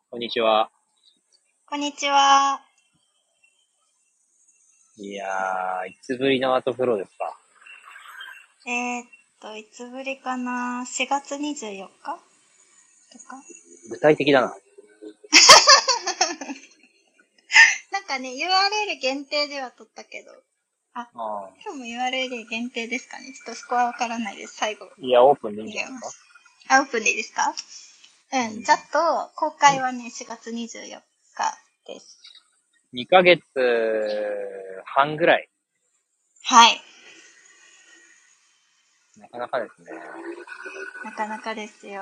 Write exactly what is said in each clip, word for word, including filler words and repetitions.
こんにちは。 こんにちは。 いやー、いつぶりのアートフローですか？ えー、っと、いつぶりかな？ し 月にじゅうよっかとか。 具体的だな。 なんかね、ユーアールエル 限定では撮ったけど。あ、 あ今日も ユーアールエル 限定ですかね。ちょっとそこはわからないです。最後ーいや、オープンでいいん見じゃないですか？ れます。あ、オープンでいいですか？うん。 うん。 ざっと、公開はね、しがつにじゅうよっかです。 にかげつはんぐらい。 はい。 なかなかですね。 なかなかですよ。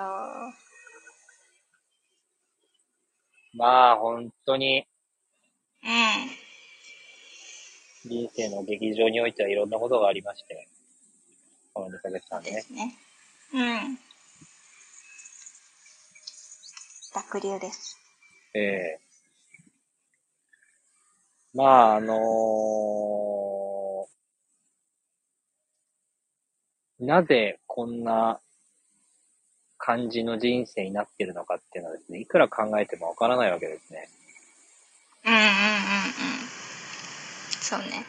まあ、本当にうん。 人生の劇場においてはいろんなことがありまして、このにかげつそうはんね。 ですね。うん。濁流です。 ええまあ、あのーなぜこんな感じの人生になってるのかっていうのはですね、いくら考えてもわからないわけですね。 うんうんうんうん。そうね。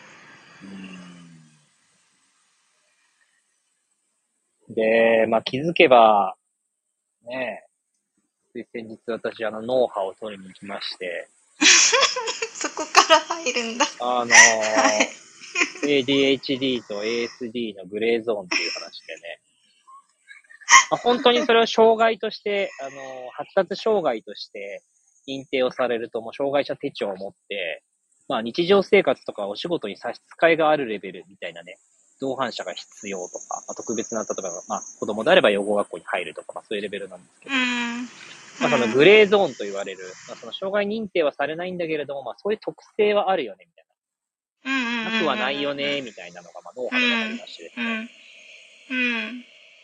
で、まあ気づけば、ね、つい先日私、あの、脳波を取りに行きまして、 そこから入るんだ。 あはい。 のー、エーディーエイチディー と エーエスディー のグレーゾーンっていう話でね、まあ、本当にそれを障害として、あのー、発達障害として認定をされると、もう障害者手帳を持って、まあ日常生活とかお仕事に差し支えがあるレベルみたいなね、同伴者が必要とか、まあ、特別な、例えば、まあ子供であれば養護学校に入るとか、まあそういうレベルなんですけど、 うん。うん。 まあそのグレーゾーンと言われる、まあその障害認定はされないんだけれども、まあそういう特性はあるよね、みたいうんうんうんうんな。なくはないよね、みたいなのが、まあ脳波でわかりましてですね。 うんうん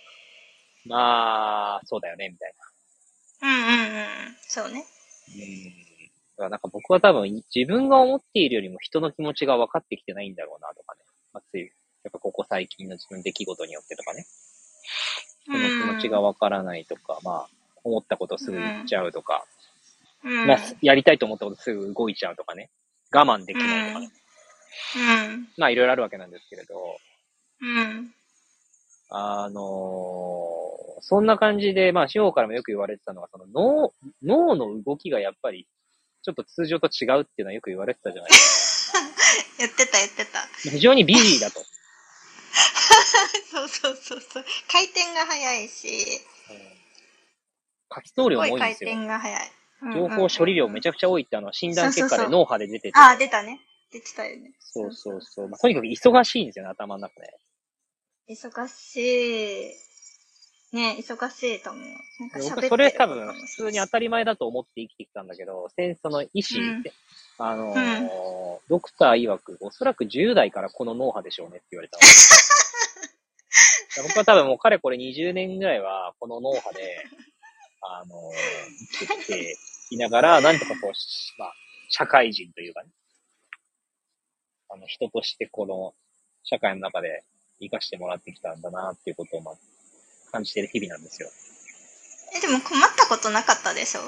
まあ、そうだよね、みたいうんうんうんそうね。 な。うん。だからなんか僕は多分自分が思っているよりも人の気持ちが分かってきてないんだろうなとかね。まあつい、やっぱここ最近の自分の出来事によってとかね。 う人の気持ちがん分からないとか、まあ、思ったことすぐ言っうんちゃうとか、まあ、 うんやりたいと思ったことすぐ動いちゃうとかね。我慢でうきないとかね。 んうんまあいろいろあるわけなんですけれど、 うんあのーそんな感じで、まあ、司法からもよく言われてたのが、その脳、脳の動きがやっぱり、ちょっと通常と違うっていうのはよく言われてたじゃないです言ってた言ってた。 か。非常にビジーだと。 そうそうそうそう。回転が早いし、 うん、活動量すごい回も多いんですよ。 転が早い。うんうんうん情報処理量めうん。 ちゃくちゃ多いってあの診断結果そうそうそう。 で脳波で出てて、 ああ、出たね。出てたよね。 そうそうそうそうそう。まあ、とそうそう。 にかく忙しいんですよね、頭の中で。 忙しい。ね、忙しいと思う。なんかで僕はそ喋ってるれ多分こともするし。 普通に当たり前だと思って生きてきたんだけど、先その医師、 うん。 あのうん。 ードクター曰く、おそらくじゅう代からこの脳波でしょうねって言われたわけですよ。僕は多分もうかれこれにじゅうねんぐらいはこの脳波で、あのー生きてきていながら、なんとかこう、まあ、社会人というかね、あの、人としてこの社会の中で生かしてもらってきたんだなっていうことを、まあ、感じている日々なんですよ。 え、でも困ったことなかったでしょ？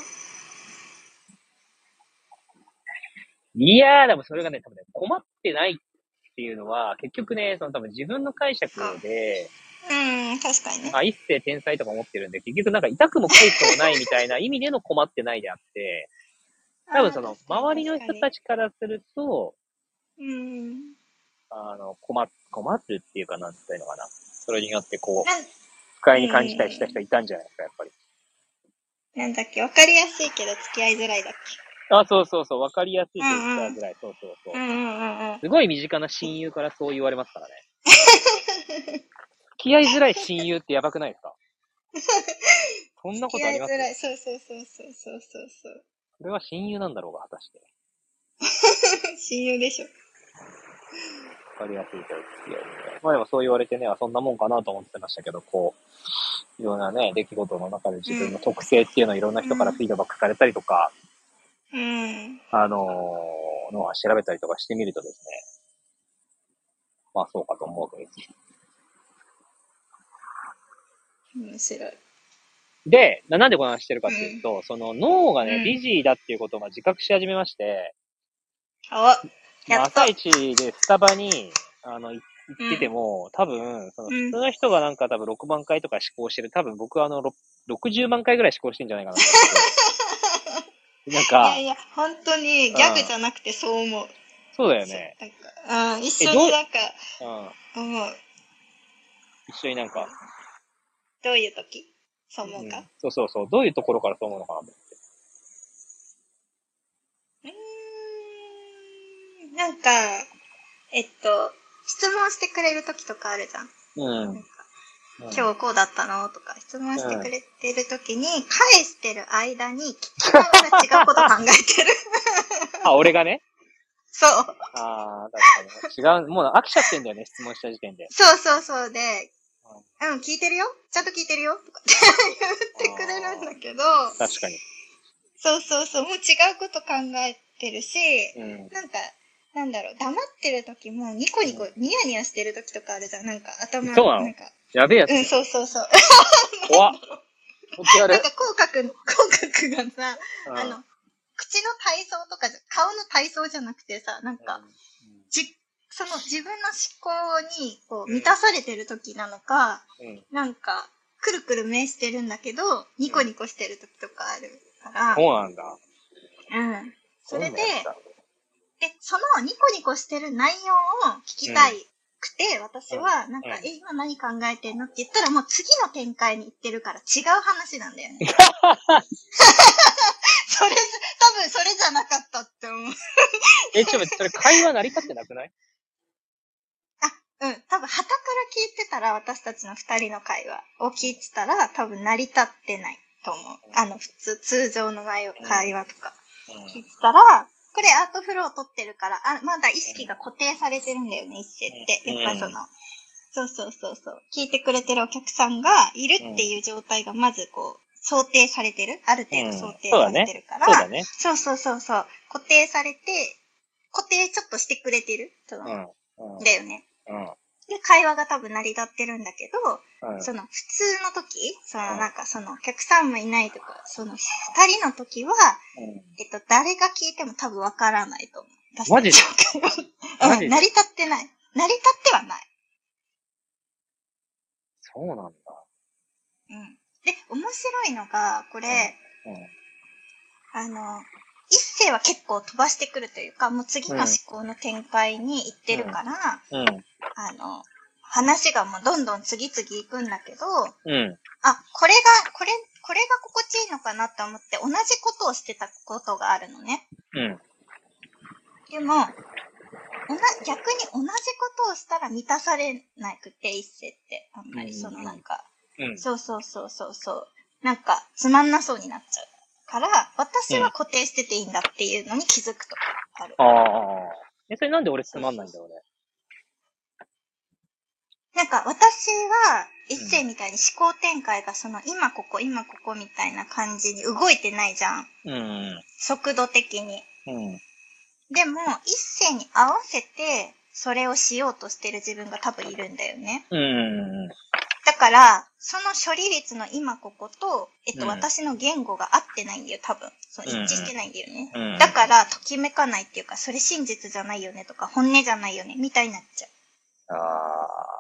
いやー、でもそれがね、多分ね、困ってないっていうのは、結局ね、その多分自分の解釈か。 で、 うん、確かにね。 まあ、一世天才とか思ってるんで、結局なんか痛くも痒くもないみたいな意味での困ってないであって、多分ああ、 その、 確かに周りの確かに。 人たちからすると、 うん。 あの、困、困るっていうかなんていうのかな。それによってこう、 なん、 不快に感じたりしたうん。 人いたんじゃないですか、やっぱり。 なんだっけ、わかりやすいけど付き合いづらいだっあ、そうそうそう、わかりやすけ。ういけど付き合んうん。 いづらい。そうそうそう。 うんうんうんうん。 すごい身近な親友からそう言われますからね。付き合いづらい親友ってやばくないですか？そんなこ付きとあります？ 合いづらい。そうそうそうそうそうそうそう。 それは親友なんだろうが、果たして。 親友でしょ。 わかりやすいと付き合いづらい。まあでもそう言われてね、そんなもんかなと思ってましたけど、こう、いろんなね、出来事の中で自分の特性っていうのをいろんな人からフィードバックされたりとか、 うん。うん。 あのー、のは調べたりとかしてみるとですね、まあそうかと思うわけですよ。 面白い。 で、ななんでこの話してるかっていうと、うん、その脳がね、ビジーだっていうことを自覚し始めまして、 お、やっと。 朝一でスタバに、あの、行ってても、うん、多分、その普通の人がなんか多分ろくまんかいとか試行してる、多分僕はあの、ろくじゅうまんかいぐらい試行してんじゃないかなと思って。なんか、 いやいや、本当にギャグじゃなくてそう思う。うん、 そうだよね。 なんか、うん、一緒になんか、 うん、 思う。 一緒になんか。 どういう時そう思うか、 うん、そうそうそう。どういうところからそう思うのかなと思って。 うーん、なんか、えっと、質問してくれる時とかあるじゃん。 うん。 なんか今日こうだったのとか質問してくれてる時に、返してる間に聞きながら違うこと考えてる。 あ、俺がね。 そう。 ああ、確かに。違う、もう飽きちゃってんだよね、質問した時点で。 そうそうそうで、うん、うん、聞いてるよちゃんと聞いてるよとかって言ってくれるんだけど。 確かに。 そうそうそう、もう違うこと考えてるし、うん、なんか、なんだろう、黙ってる時もニコニコ、ニヤニヤしてる時とかあるじゃん。なんか頭、 そうなのなんか。 やべえやつ。 うん、そうそうそう。 怖っ。 なんか口角、口角がさ、うん、あの、口の体操とかじゃ、顔の体操じゃなくてさ、なんか、うん、じ、その自分の思考にこう満たされてる時なのか、うん、なんか、くるくる目してるんだけど、ニコニコしてる時とかあるから。 そうなんだ。 うん。それで、で、そのニコニコしてる内容を聞きたいくて、うん、私は、なんか、うん、え、今何考えてんのって言ったら、もう次の展開に行ってるから違う話なんだよね。それ、多分それじゃなかったって思う。 え、ちょっと、それ会話成り立ってなくない？ あ、うん。多分、旗から聞いてたら、私たちの二人の会話を聞いてたら、多分成り立ってないと思う。あの、普通、通常の会話とか聞いてたら、これアートフロー取ってるから、あ、まだ意識が固定されてるんだよね、一世って。やっぱその、そうそうそうそう。聞いてくれてるお客さんがいるっていう状態がまずこう、想定されてる。ある程度想定されてるから、うん、そうだね。そうそうそうそう。固定されて、固定ちょっとしてくれてる。その、うんうん、だよね。うんで、会話が多分成り立ってるんだけど、うん、その普通の時、そのなんかそのお客さんもいないとか、その二人の時は、うん、えっと、誰が聞いても多分わからないと思う。 マジでうん、成り立ってない。成り立ってはない。 そうなんだ。 うん。で、面白いのが、これ、うんうん、あの、一世は結構飛ばしてくるというか、もう次の思考の展開に行ってるから、うんうん、あの、話がもうどんどん次々行くんだけど、うん、あ、これが、これ、これが心地いいのかなって思って同じことをしてたことがあるのね。うん、でも、おな、逆に同じことをしたら満たされなくて、一世って。あんまりそのなんか、うん、そうそうそうそうそう。なんか、つまんなそうになっちゃう。から、私は固定してていいんだっていうのに気づくとかある。 うん、ああ。え、それなんで俺つまんないんだろうね。 なんか、私は、一世みたいに思考展開がその、今ここ、今ここみたいな感じに動いてないじゃん。うん。速度的に。うん。でも、一世に合わせて、それをしようとしてる自分が多分いるんだよね。うん。だから、その処理率の今ここと、えっと、うん、私の言語が合ってないんだよ、多分。そう一致してないんだよね。うん、だから、ときめかないっていうか、それ真実じゃないよねとか、本音じゃないよね、みたいになっちゃう。ああ。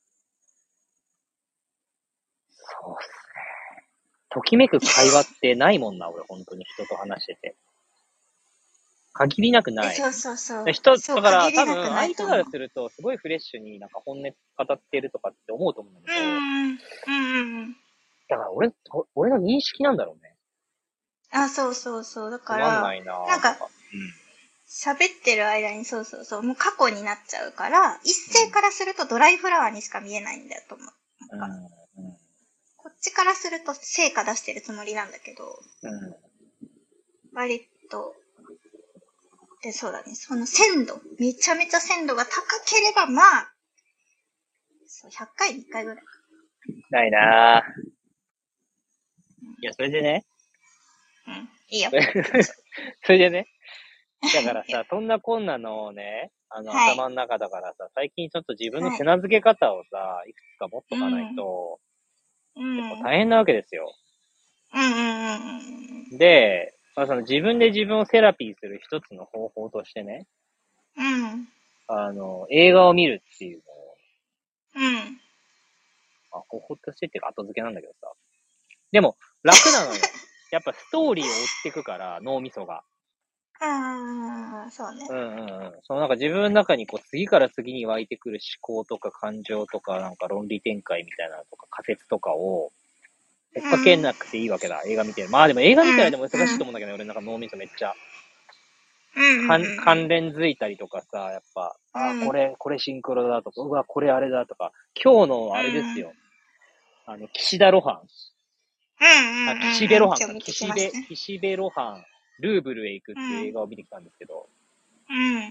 そうっすね。ときめく会話ってないもんな、俺、本当に人と話してて。限りなくない。 そうそうそう。 人、だから多分相手からするとすごいフレッシュになんか本音語ってるとかって思うと思うんだけど。うん。うんうん。だから俺、俺の認識なんだろうね。 あ、そうそうそう。だから、つまんないなぁ。なんか、喋、うん、ってる間にそうそうそう、もう過去になっちゃうから、一斉からするとドライフラワーにしか見えないんだよと思う。なんか、うんうん、こっちからすると成果出してるつもりなんだけど、うん、割と、で、そうだね。その鮮度、めちゃめちゃ鮮度が高ければ、まあ、そう、ひゃっかいにいっかいぐらい。 ないなぁ。いや、それでね。 うん、いいよ。 それでね。だからさ、そんなこんなのをね、あの、はい、頭の中だからさ、最近ちょっと自分の手なずけ方をさ、はい、いくつか持っとかないと、うん、結構大変なわけですよ。 うんうんうんうん。 で、まあ、その自分で自分をセラピーする一つの方法としてね、 うん。 あの、映画を見るっていうのを、 うん。 まあ、方法としてっていうか後付けなんだけどさ。でも、楽なのよ。やっぱストーリーを追ってくから、脳みそが。 ああ、そうね。 うんうんうん。そのなんか自分の中にこう次から次に湧いてくる思考とか感情とかなんか論理展開みたいなのとか仮説とかを追っかけうん。 なくていいわけだ。映画見てる。まあでも映画見てるうん。 間も難しいと思うんだけどね、俺なんか脳みそめっちゃ。 うんうん関関うん連づいたりとかさ、やっぱ、あ、 うん。うん。 これ、これシンクロだとか、うわ、これあれだとか、今日のうあれですん。 よ。あの、岸田露伴。 うんうんあ、岸うんうん。 辺露伴か。 今日見てき岸辺、 ましたね。 岸辺露伴、ルーブルへ行くっていう映うん。 画を見てきたんですけど、 うん。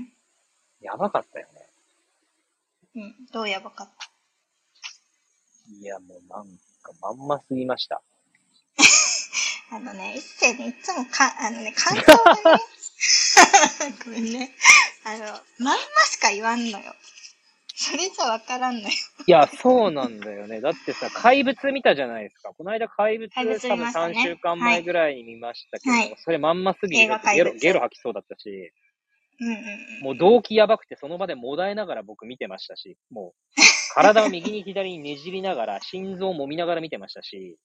やばかったよね。 うん。どうやばかった？ いや、もうなんかまんますぎました。 あのね、一世にいつもか、あのね、感想がね、ごめんね。あの、まんましか言わんのよ。それじゃわからんのよ。 いや、そうなんだよね。だってさ、怪物見たじゃないですか。この間怪物怪物見多分ました 3週ね。はい。 間前ぐらいに見ましたけれども、 はい。 それまんますぎて映ちょっとゲロ、 画怪物。 ゲロ吐きそうだったし、 うんうんうん。 もう動機やばくてその場でもだえながら僕見てましたし、もう体を右に左にねじりながら、心臓を揉みながら見てましたし、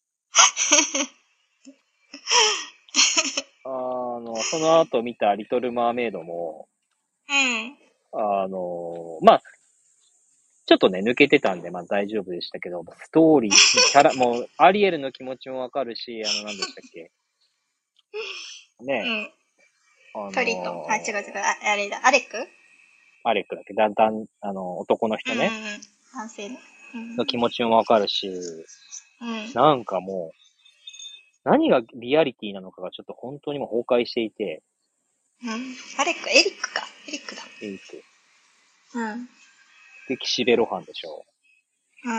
あの、その後見たリトル・マーメイドも、 うん。 あの、まあ、ちょっとね、抜けてたんで、まあ大丈夫でしたけど、ストーリー、キャラ、もう、アリエルの気持ちもわかるし、あの、何でしたっけね、 うん。 あトリトン。あ、違う違う。 の、 あ、あれだ。アレック。 アレックだっけだんだん、あの、男の人ね、 うんうんうん。男性ね。うんの気持ちもわかるし、 うん。うん。 なんかもう、何がリアリティなのかがちょっと本当にもう崩壊していて、 うん。アレック、エリックか。エリックだ。 エイク。 うん。 で、岸辺露伴でしょ。 うん。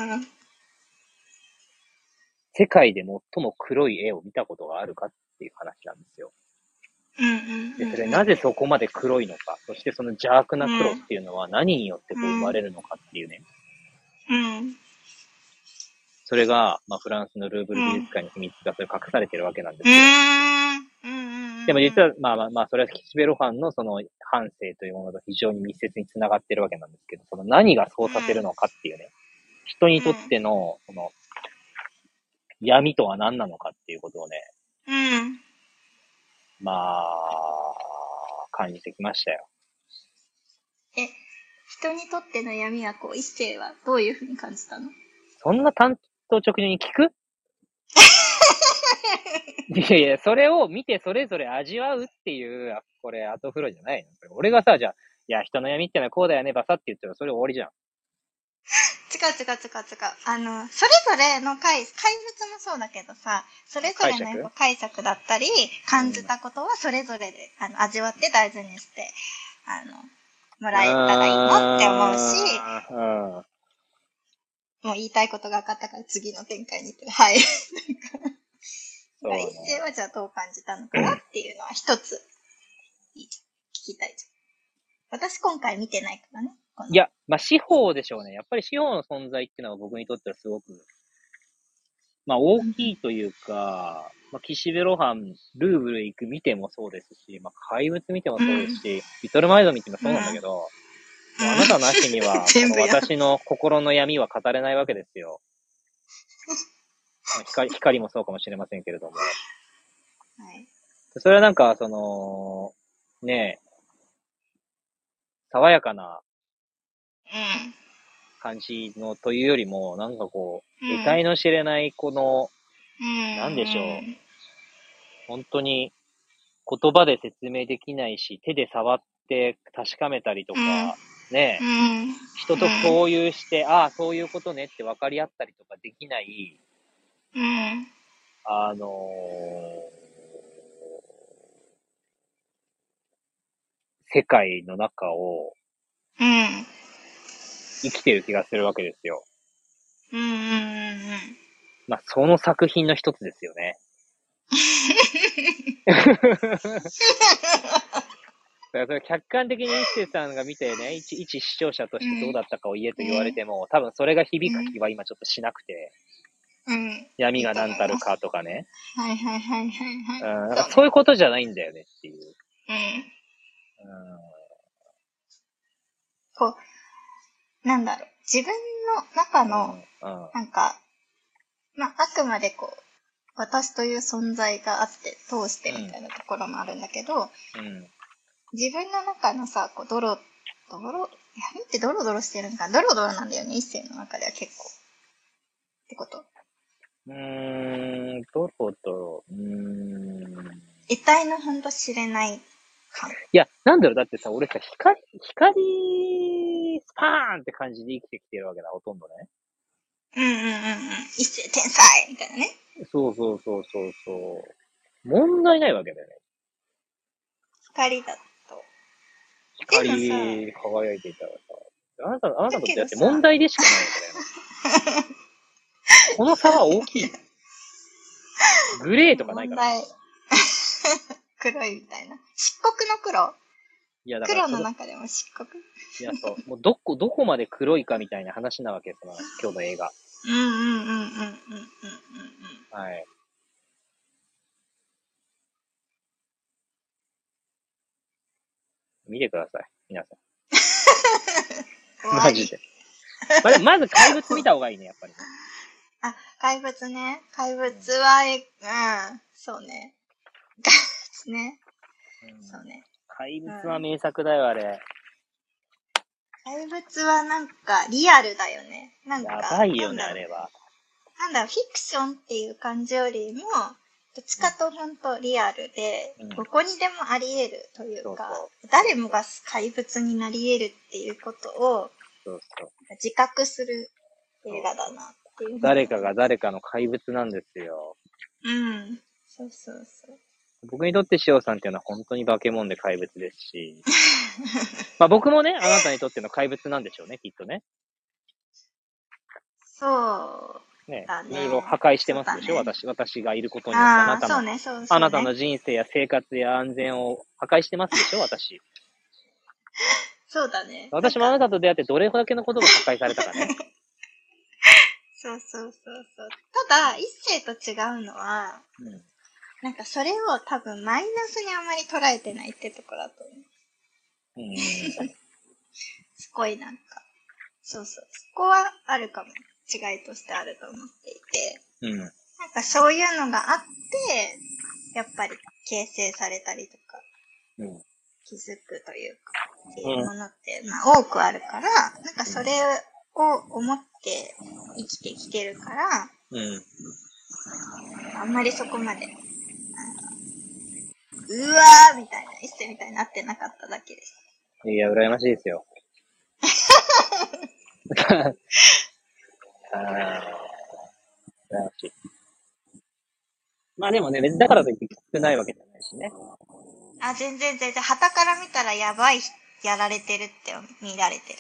世界で最も黒い絵を見たことがあるかっていう話なんですよ。 うんうんうんで、それなぜそこまで黒いのか、そしてその邪悪なうん。 黒っていうのは何によってこう生まれるのかっていうね。 うん。 それが、まあ、フランスのルーブル美うん。 術館に秘密がそれ隠されてるわけなんでうすよ。 ーん。うんうんうん。 でも実は、まあまあまあ、それは岸辺露伴のその反省というものと非常に密接につながってるわけなんですけど、その何がそうさせるのかっていうね。人にとっての、その、闇とは何なのかっていうことをね、 うん。うん。 まあ、感じてきましたよ。 え、人にとっての闇はこう、一世はどういうふうに感じたの？ そんな単刀直入に聞くいやいや、それを見てそれぞれ味わうっていう、あこれ、後風呂じゃないのこれ俺がさ、じゃあ、いや、人の闇ってのはこうだよね、バサって言ったらそれ終わりじゃん。 違う違う違う違う。あの、それぞれの怪、怪物もそうだけどさ、それぞれのやっ解釈ぱ解釈だったり、感じうん。 たことはそれぞれで、あの、味わって大事にして、あの、もうらえたらいいなって思うし、 ーん。うん。 もう言いたいことが分かったから次の展開に行って、はい。だから一そうね。 世はじゃあどう感じたのかなっていうのは一ついいじゃん聞きたいじゃん。私今回見てないからね。このいや、まあ、司法でしょうね。やっぱり司法の存在っていうのは僕にとってはすごく、まあ、大きいというか、まあ、岸辺露伴、ルーブル行く見てもそうですし、まあ、怪物見てもうん。 そうですし、リトルマイド見てもうん。 そうなんだけど、 うん。 もうあなたなしには、この全部や。 私の心の闇は語れないわけですよ。まあ、光、光もそうかもしれませんけれども。 はい。 それはなんか、その、ねえ、爽やかなうん。 感じのというよりも、なんかこう、得うん。 体の知れないこの、 うなんでしょう、 ん。 本当に言葉で説明できないし、手で触って確かめたりとうん。 か、ねうえ、 ん。 人と共有して、ああ、そういうことねって分かり合ったりとかできない、 うん。 あのー世界の中をうん。 生きてる気がするわけですよ。 うん。うん。うん。 まあ、その作品の一つですよね。だからそれ客観的に一星さんが見てね、一、一視聴者としてどうだったかを言えと言われても、多分それが響く気は今ちょっとしなくて。 うん。 闇が何たるかとかね。 はいはいはいはいはい。 うん。なんかそういうことじゃないんだよねっていう。 うん。 うん。 こう、なんだろう。自分の中の、 うん。うん。 なんか、まあ、あくまでこう、私という存在があって通してみたいなところもあるんだけど、 うん。 自分の中のさ、こう、ドロ、ドロ、闇ってドロドロしてるんか、ドロドロなんだよね、一世の中では結構。ってことうーん、ドロドロ、うーん。 得体のほんと知れない感。 いや、なんだろう、だってさ、俺さ、光、光、スパーンって感じで生きてきてるわけだ、ほとんどね。 うんうんうんうん。一世天才みたいなね。 そうそうそうそうそう。問題ないわけだよね。 光だと。でもさ、 光り輝いていたらさ、あなた、あなただとってだってけどさ、 問題でしかないわけだよね。この差は大きい。グレーとかないからね。 問題。黒いみたいな。漆黒の黒。 いや、だから黒その、 の中でも漆黒。 いや、そう、もうどこ、どこまで黒いかみたいな話なわけ、その、今日の映画。 うんうんうんうんうんうんうんうん。 はい。見てください、皆さん。 終わり。 マジで。まあ、でもまず怪物見た方がいいね、やっぱりね。 あ、怪物ね。怪物は、え、うん、そうね。怪物ね。 うん、 そうね。 怪物はうん。 名作だよ、あれ。 怪物はなんかリアルだよね。なんやか、 ばいよね、 なんだろう。 あれは。 なんだろう、フィクションっていう感じよりも、どっちかとほんとリアルで、 うん。 どこにでもあり得るというか、 そうそう。 誰もが怪物になり得るっていうことをそうそう。 自覚する映画だなっていうふうに。 誰かが誰かの怪物なんですよ。 うん。そうそうそう。 僕にとって塩さんっていうのは本当に化け物で怪物ですし、まあ僕もね、あなたにとっての怪物なんでしょうね、きっとね。 そうね、 だね。 いろいろ破壊してますでしょ、 そうだね。 私、私がいることによってあああ、 なたの、 そうね、そう、 あそうね。 なたの人生や生活や安全を破壊してますでしょ、私。 そうだね。なん私もあか、 なたと出会ってどれだけのことが破壊されたかね。 そうそうそうそう。ただ、一世と違うのは、 うん。 なんかそれを多分マイナスにあまり捉えてないってとこだと思う。 うん。 すごいなんか、そうそう。そこはあるかも。違いとしてあると思っていて。 うん。 なんかそういうのがあって、やっぱり形成されたりとか、 うん。 気づくというか、ってうん。 いうものって、まあ多くあるから、なんかそれを思って生きてきてるから、 うん。 あんまりそこまで、うわーみたいな、一世みたいになってなかっただけです。 いや、羨ましいですよ。ああ、羨ましい。まあでもね、別にだからといってきつくないわけじゃないしね。 あ、全然全然、旗から見たらやばい、やられてるって見られてる。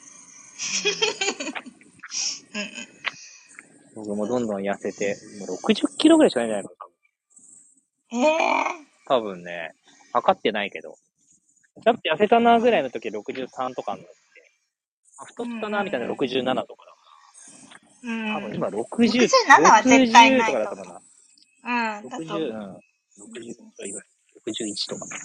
うんうん。 僕もどんどん痩せて、もうろくじゅっキロぐらいしかないんじゃないかな。 ええ多分ね、測ってないけど。ちょっと痩せたなぐらいの時ろくじゅうさんとかになって、太ったなみたいなろくじゅうななとかだ。 うん。 多分今ろくじゅろくじゅう、 うななは絶対ろくじゅうとないと思う。 かだったかな。 うん、だとろくじゅう、 思う。 うん。ろくじゅうちょいぐらい。ろくじゅういちとか。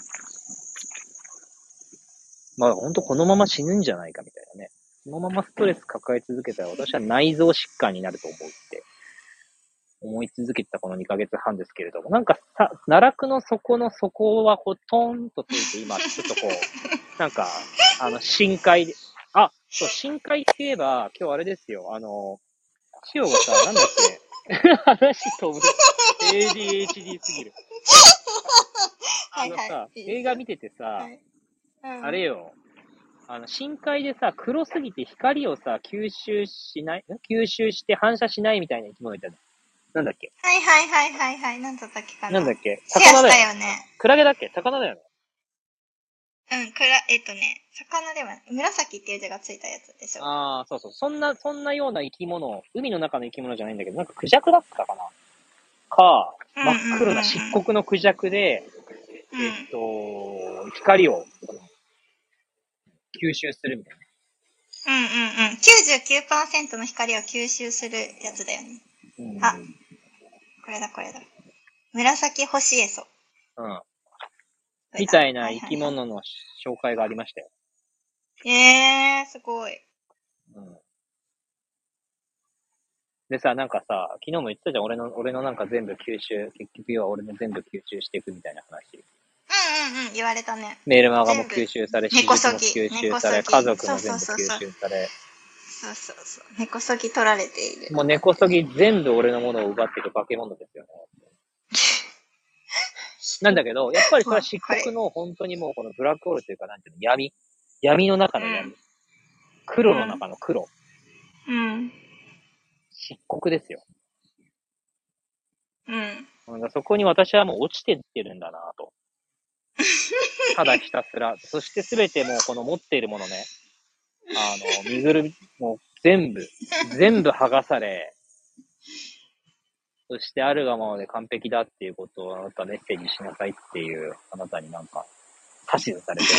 まあほんとこのまま死ぬんじゃないかみたいなね。このままストレス抱え続けたら私は内臓疾患になると思うって思い続けてたこのにかげつはんですけれども、なんかさ、奈落の底の底はほとんとついて今ちょっとこう、なんか、あの、深海で、あ、そう、深海って言えば今日あれですよ、あの、千代がさ、なんだっけ話飛ぶ。エーディーエイチディー すぎる。あはいはのさ、 い。いいですよ。 映画見ててさ、 はい。うん。 あれよ、あの、深海でさ、黒すぎて光をさ、吸収しない、ん吸収して反射しないみたいな生き物いたじゃん。なんだっけはいはいはいはいはい。なんだったっけかな。 なんだっけシェアし魚だよね。 たよね。 クラゲだっけ魚だよね。 うん、くら、えっとね、魚では、紫っていう字がついたやつでしょ。 ああ、そうそう。そんな、そんなような生き物、海の中の生き物じゃないんだけど、なんかクジャクだったかなか、 うんうん真っうんうん。 黒な漆黒のクジャクで、 うん。 えっと、光を吸収するみたいうんうんうん。きゅうじゅうきゅうパーセントの光を吸収するやつだよね。 うん、 あ、これだこれだ。紫ホシエソ。 うん。みたいな生き物の紹介がありましたよ。 えー、すごい。 うん。でさ、なんかさ、昨日も言ってたじゃん、俺の、俺のなんか全部吸収、結局要は俺の全部吸収していくみたいな話。 うんうんうん、言われたね。 メールマガも吸収され、手術も吸収され、家族も全部吸収され。 そうそうそう。根こそぎ取られている。 もう根こそぎ全部俺のものを奪っていく化け物ですよね。なんだけど、やっぱりそれは漆黒の本当にもうこのブラックホールというか、なんていうの、闇。闇の中の闇。うん、黒の中の黒。 うん。 漆黒ですよ。 うん。 そこに私はもう落ちてってるんだなと。ただひたすら。そしてすべてもうこの持っているものね。あの、身ぐるみ、もう全部、全部剥がされ、そしてあるがままで完璧だっていうことをあなたメッセージしなさいっていう、あなたになんか、指図されてる。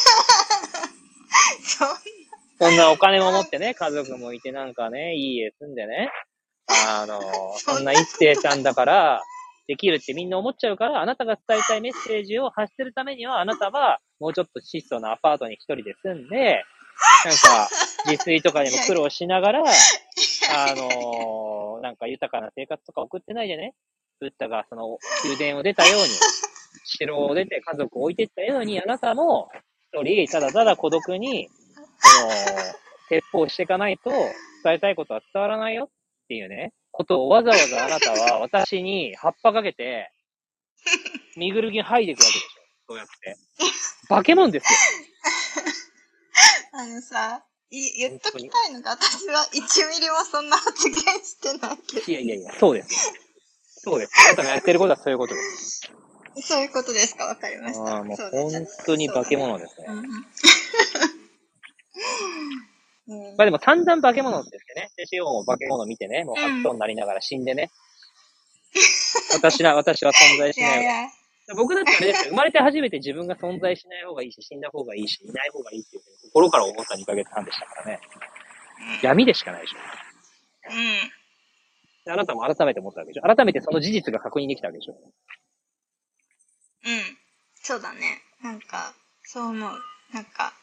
そんな。 そんなお金も持ってね、家族もいてなんかね、いい家住んでね、あの、そんな一星さんだから、できるってみんな思っちゃうから、あなたが伝えたいメッセージを発するためには、あなたはもうちょっと質素なアパートに一人で住んで、なんか、自炊とかにも苦労しながら、あのー、なんか豊かな生活とか送ってないでね。ブッダがその宮殿を出たように、城を出て家族を置いていったように、あなたも一人、ただただ孤独に、その、鉄砲していかないと伝えたいことは伝わらないよっていうね、ことをわざわざあなたは私に葉っぱかけて、身ぐるみ剥いでいくわけでしょ。そうやって。化け物ですよ。 あのさ、い言っときたいのが、私はいちミリもそんな発言してないけど。 いやいやいや、そうです。そうです。あなたがやってることはそういうことです。 そういうことですか、わかりました。 ああ、もう本当に化け物ですね。うん、まあでも散々化け物って言ってね、で、シオンも化け物見てね、もう白鳥になりながら死んでね。うん、私は、私は存在しない。いやいや僕だってあれですよ、生まれて初めて自分が存在しない方がいいし、死んだ方がいいし、いない方がいいっていう心から思ったにかげつはんでしたからね。闇でしかないでしょ。うん。あなたも改めて思ったわけでしょ。改めてその事実が確認できたわけでしょ。 うん。そうだね。なんか、そう思う。なんか、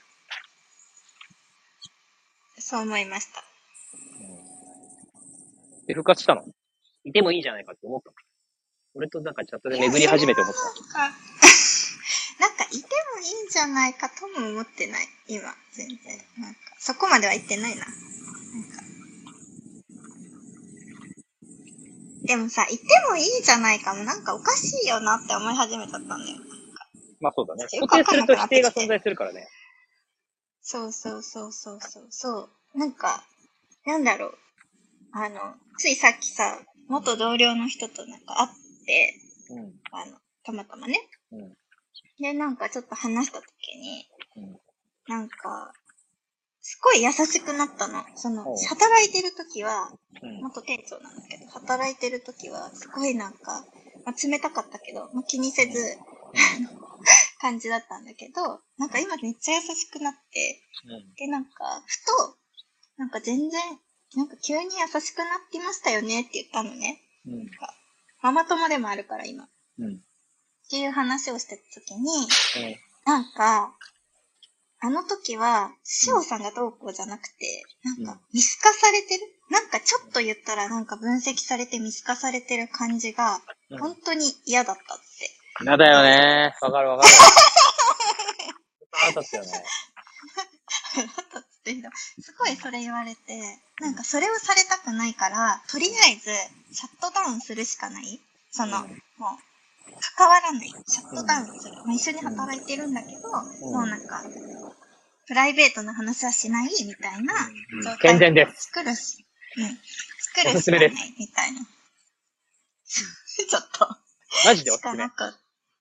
そう思いました。 うん、で、復活したの？いてもいいじゃないかって思ったの？俺となんかチャットで巡り始めて思った。 なんか、なんかいてもいいんじゃないかとも思ってない。今、全然。なんか、そこまでは言ってないな。なんか。でもさ、いてもいいじゃないかもなんかおかしいよなって思い始めちゃったんだよ。 まあそうだね。固定すると否定が存在するからね。 そうそうそうそうそうそう。なんか、なんだろう。あの、ついさっきさ、元同僚の人となんか会って、うん、あの、たまたまね。うん、で、なんかちょっと話したときに、うん、なんか、すごい優しくなったの。その、働いてるときは、元店長なんだけど、働いてるときは、すごいなんか、まあ、冷たかったけど、まあ、気にせず、うん、感じだったんだけど、なんか今めっちゃ優しくなって、うん、で、なんか、ふと、なんか全然、なんか急に優しくなってましたよねって言ったのね。うん、ママ友でもあるから今。うん、っていう話をしてた時に、うん、なんか、あの時は、しおさんがどうこうじゃなくて、なんか見透かされてる、なんかちょっと言ったらなんか分析されて見透かされてる感じが、本当に嫌だったって。 嫌だよね。わかるわかる。腹立つよね。 腹立つってすごいそれ言われて、なんかそれをされたくないから、とりあえずシャットダウンするしかない。その、もう、関わらない。シャットダウンする。まあ、一緒に働いてるんだけど、もうなんか、プライベートな話はしないみたいな状態を作るし、うん、作るしかないみたいな。ちょっと。 マジでおすすめ。 しかなく。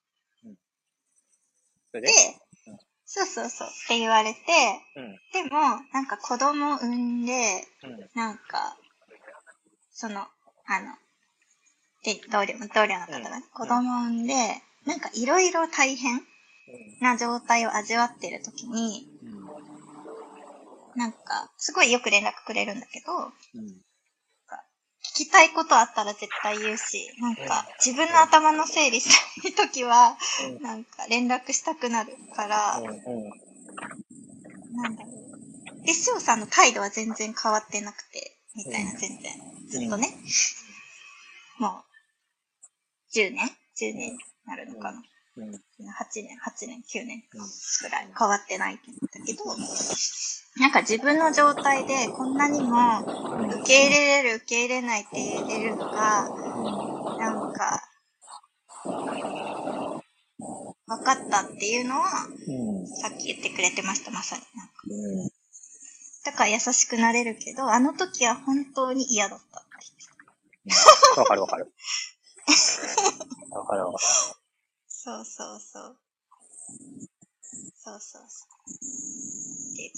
で、そうそうそうって言われて、うん、でも、なんか子供産んで、うん、なんか、その、あの、で、同僚、同僚の方が、ね、うん、子供産んで、なんかいろいろ大変な状態を味わってるときに、うん、なんか、すごいよく連絡くれるんだけど、うん、 聞きたいことあったら絶対言うし、なんか自分の頭の整理したいときは、 うん、 なんか連絡したくなるから、 うん、うん。 なんだろう。で、しおさんの態度は全然変わってなくて、みたいな、全然。ずっとね。もう、じゅうねん ?じゅう 年になるのかな。 うん、 はちねん、はちねん、きゅうねんくらい変わってないんだけど、なんか自分の状態でこんなにも受け入れれる受け入れないって言えれるのが、なんか、分かったっていうのは、 うん、 さっき言ってくれてました、まさに。なんかうん。 だから優しくなれるけど、あの時は本当に嫌だったってわかるわかる。わかるわかる。 そうそうそう。そうそうそう。で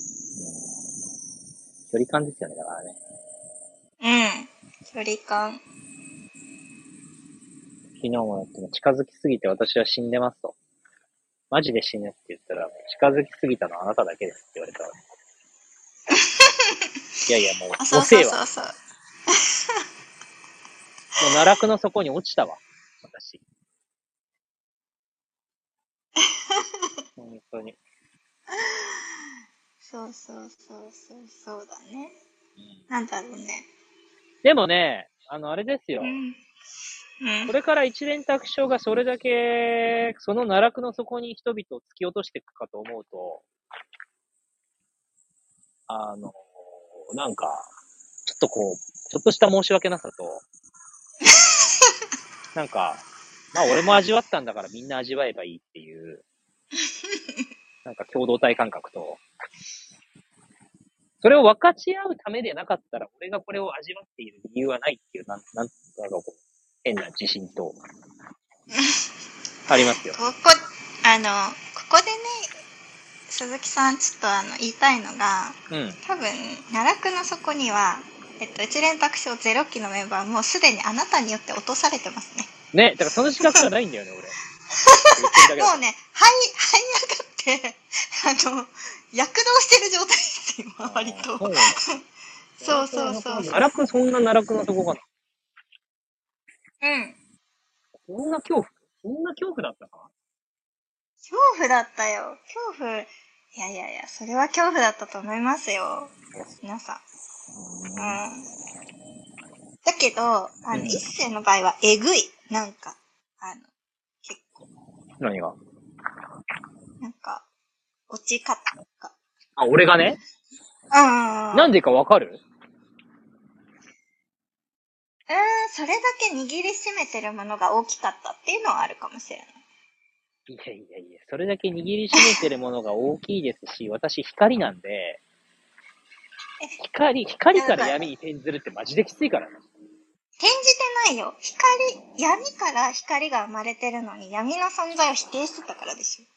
距離感ですよね、だからね。 うん。距離感。 昨日もやっても近づきすぎて私は死んでますと。マジで死ぬって言ったら、近づきすぎたのはあなただけですって言われたら。いやいや、もう、 あ、そう遅えわ。 そうそうそう。 もう奈落の底に落ちたわ。私。本当に。 そうそうそうそう、そうだね。なんだろうね。 でもね、あの、あれですよ。 うん。うん。 これから一連卓章がそれだけ、その奈落の底に人々を突き落としていくかと思うと、あの、なんか、ちょっとこう、ちょっとした申し訳なさと、なんか、まあ俺も味わったんだからみんな味わえばいいっていう、なんか共同体感覚と、それを分かち合うためでなかったら、俺がこれを味わっている理由はないっていう、なん、なんとかこう、変な自信と、ありますよ。 ここ、あの、ここでね、鈴木さんちょっとあの言いたいのが、 うん。 多分、奈落の底には、えっと、一連卓章ゼロ期のメンバーもうすでにあなたによって落とされてますね。 ね、だからその資格がないんだよね、俺。言ってるだけだもうね、はい、這い上がって、あの、躍動してる状態です、今、割と。 そうそうそうそうそう。 奈落、そんな奈落の底かな。 うん。 そんな恐怖そんな恐怖だったか恐怖だったよ。恐怖。いやいやいや、それは恐怖だったと思いますよ。皆さん。うん。だけど、あの、 うん一世の場合はえぐい。なんか、あの、結構、 何がなんか、落ち方が。 あ、俺がねうん。 なんでかわかるうーん、それだけ握りしめてるものが大きかったっていうのはあるかもしれない。 いやいやいや、それだけ握りしめてるものが大きいですし、私光なんで、光、光から闇に転ずるってマジできついからね。 転じてないよ。光、闇から光が生まれてるのに闇の存在を否定してたからでしょ。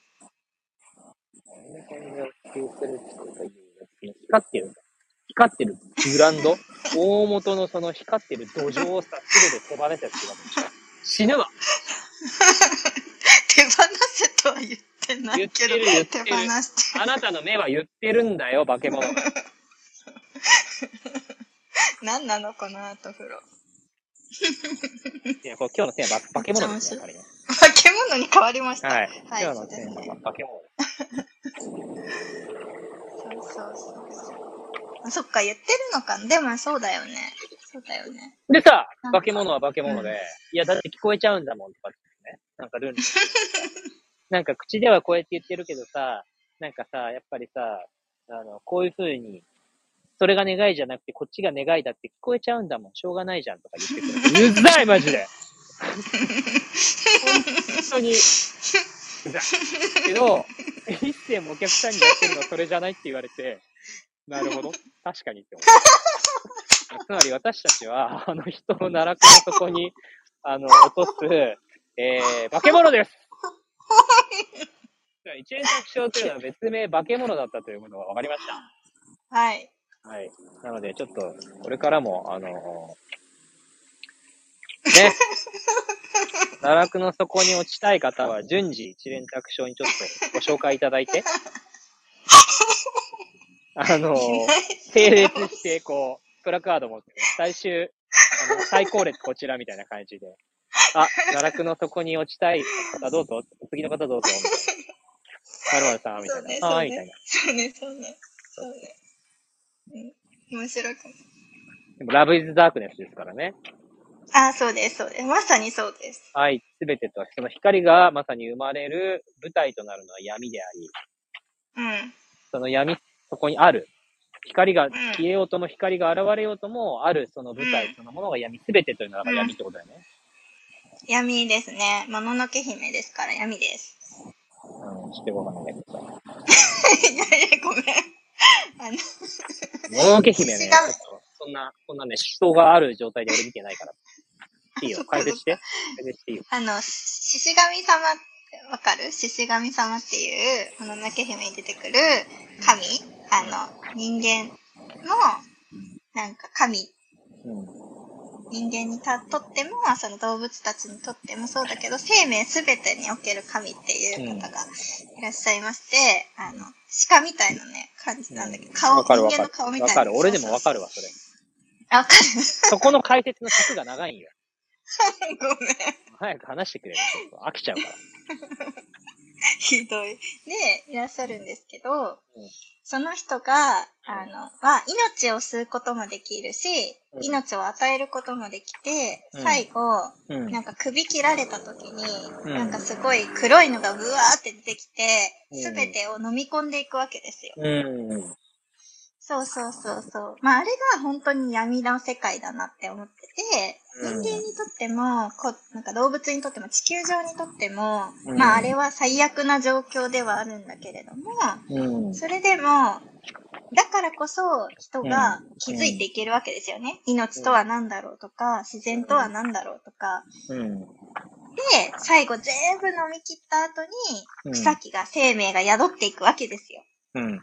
光ってる。光ってるブランド大元のその光ってる土壌をさ、すべて手放せってわけでしょ。死ぬわ。 手放せとは言ってないけど、 言ってる言ってる手放してる。 あなたの目は言ってるんだよ、化け物。 何なのこの後風呂。 いや、これ今日のテーマは化け物ですね、やっぱりね。 化け物に変わりました。 はい。 はい、 今日のテーマは化け物です。 そうそうそう。あ、そっか、言ってるのか。でもそうだよね。そうだよね。 でさ、 なんか化け物は化け物で、 うんいや、だって聞こえちゃうんだもんとかってね。なんかルンルン。なんか口ではこうやって言ってるけどさ、なんかさ、やっぱりさ、あの、こういう風に、それが願いじゃなくて、こっちが願いだって聞こえちゃうんだもん。しょうがないじゃんとか言ってくる。うっざいマジで本当に、うざい。けど、一世もお客さんにやってるのはそれじゃないって言われて、なるほど。確かにって思う。つまり私たちは、あの人の奈落の底に、あの、落とす、えー、化け物です一連卓章というのは別名化け物だったということが分かりました。 はい。 はい。なので、ちょっと、これからも、あのー、ね、奈落の底に落ちたい方は、順次一連卓章にちょっとご紹介いただいて、あのー、整列して、こう、プラカード持って、最終、 あの、最高列こちらみたいな感じで。あ、奈落の底に落ちたい方どうぞ、次の方どうぞ、みたいな。まるまるさん、みたいな。 そうね、 はーい、 そうねみたいな。 そうね、そうね。そうね。うん。面白く。 でも、ラブイズダークネスですからね。 ああ、そうです、そうです。まさにそうです。 はい、すべてと、その光がまさに生まれる舞台となるのは闇であり、 うん。 その闇、そこにある。光がうん。 消えようとも光が現れようとも、あるその舞台そのものが闇、すべてというのが闇ってことだよね。 闇ですね。もののけ姫ですから闇です。 うん、知ってるわかんないけどさ。 いやいや、ごめん。あの、 もののけ姫ね、 獅子神ちょっと、そんな、そんなね、思想がある状態で俺見てないから。いいよ、解説して。解説していいよ。 あの、獅子神様ってわかる？獅子神様っていう、もののけ姫に出てくる神、あの、人間の、なんか神、 うん。 人間にたとっても、その動物たちにとってもそうだけど、生命すべてにおける神っていう方がいらっしゃいまして、あの、鹿みたいなね、感じなんだけど、顔、 わかるわかる人間の顔みたいな。 わかる。俺でもわかるわ、それ。 あ、わかる。 そこの解説の尺が長いんよ。 ごめん。 早く話してくれる。ちょっと飽きちゃうから。 ひどい。で、いらっしゃるんですけど、 うんその人が、あの、は、命を吸うこともできるし、 うん命を与えることもできて、 うん最後、 うんなんか首切られた時に、 うんなんかすごい黒いのがブワーって出てきて、 うんすべてを飲み込んでいくわけですよ。 うん。 そうそうそうそう。まあ、あれが本当に闇の世界だなって思ってて、 うん人間にとっても、こなんか動物にとっても、地球上にとっても、 うんまあ、あれは最悪な状況ではあるんだけれども、 うん。 それでも、だからこそ人が気づいていけるわけですよね。命とは何だろうとか、自然とは何だろうとか。 うん。 で、最後全部飲み切った後に、草木が、生命が宿っていくわけですよ。 うん。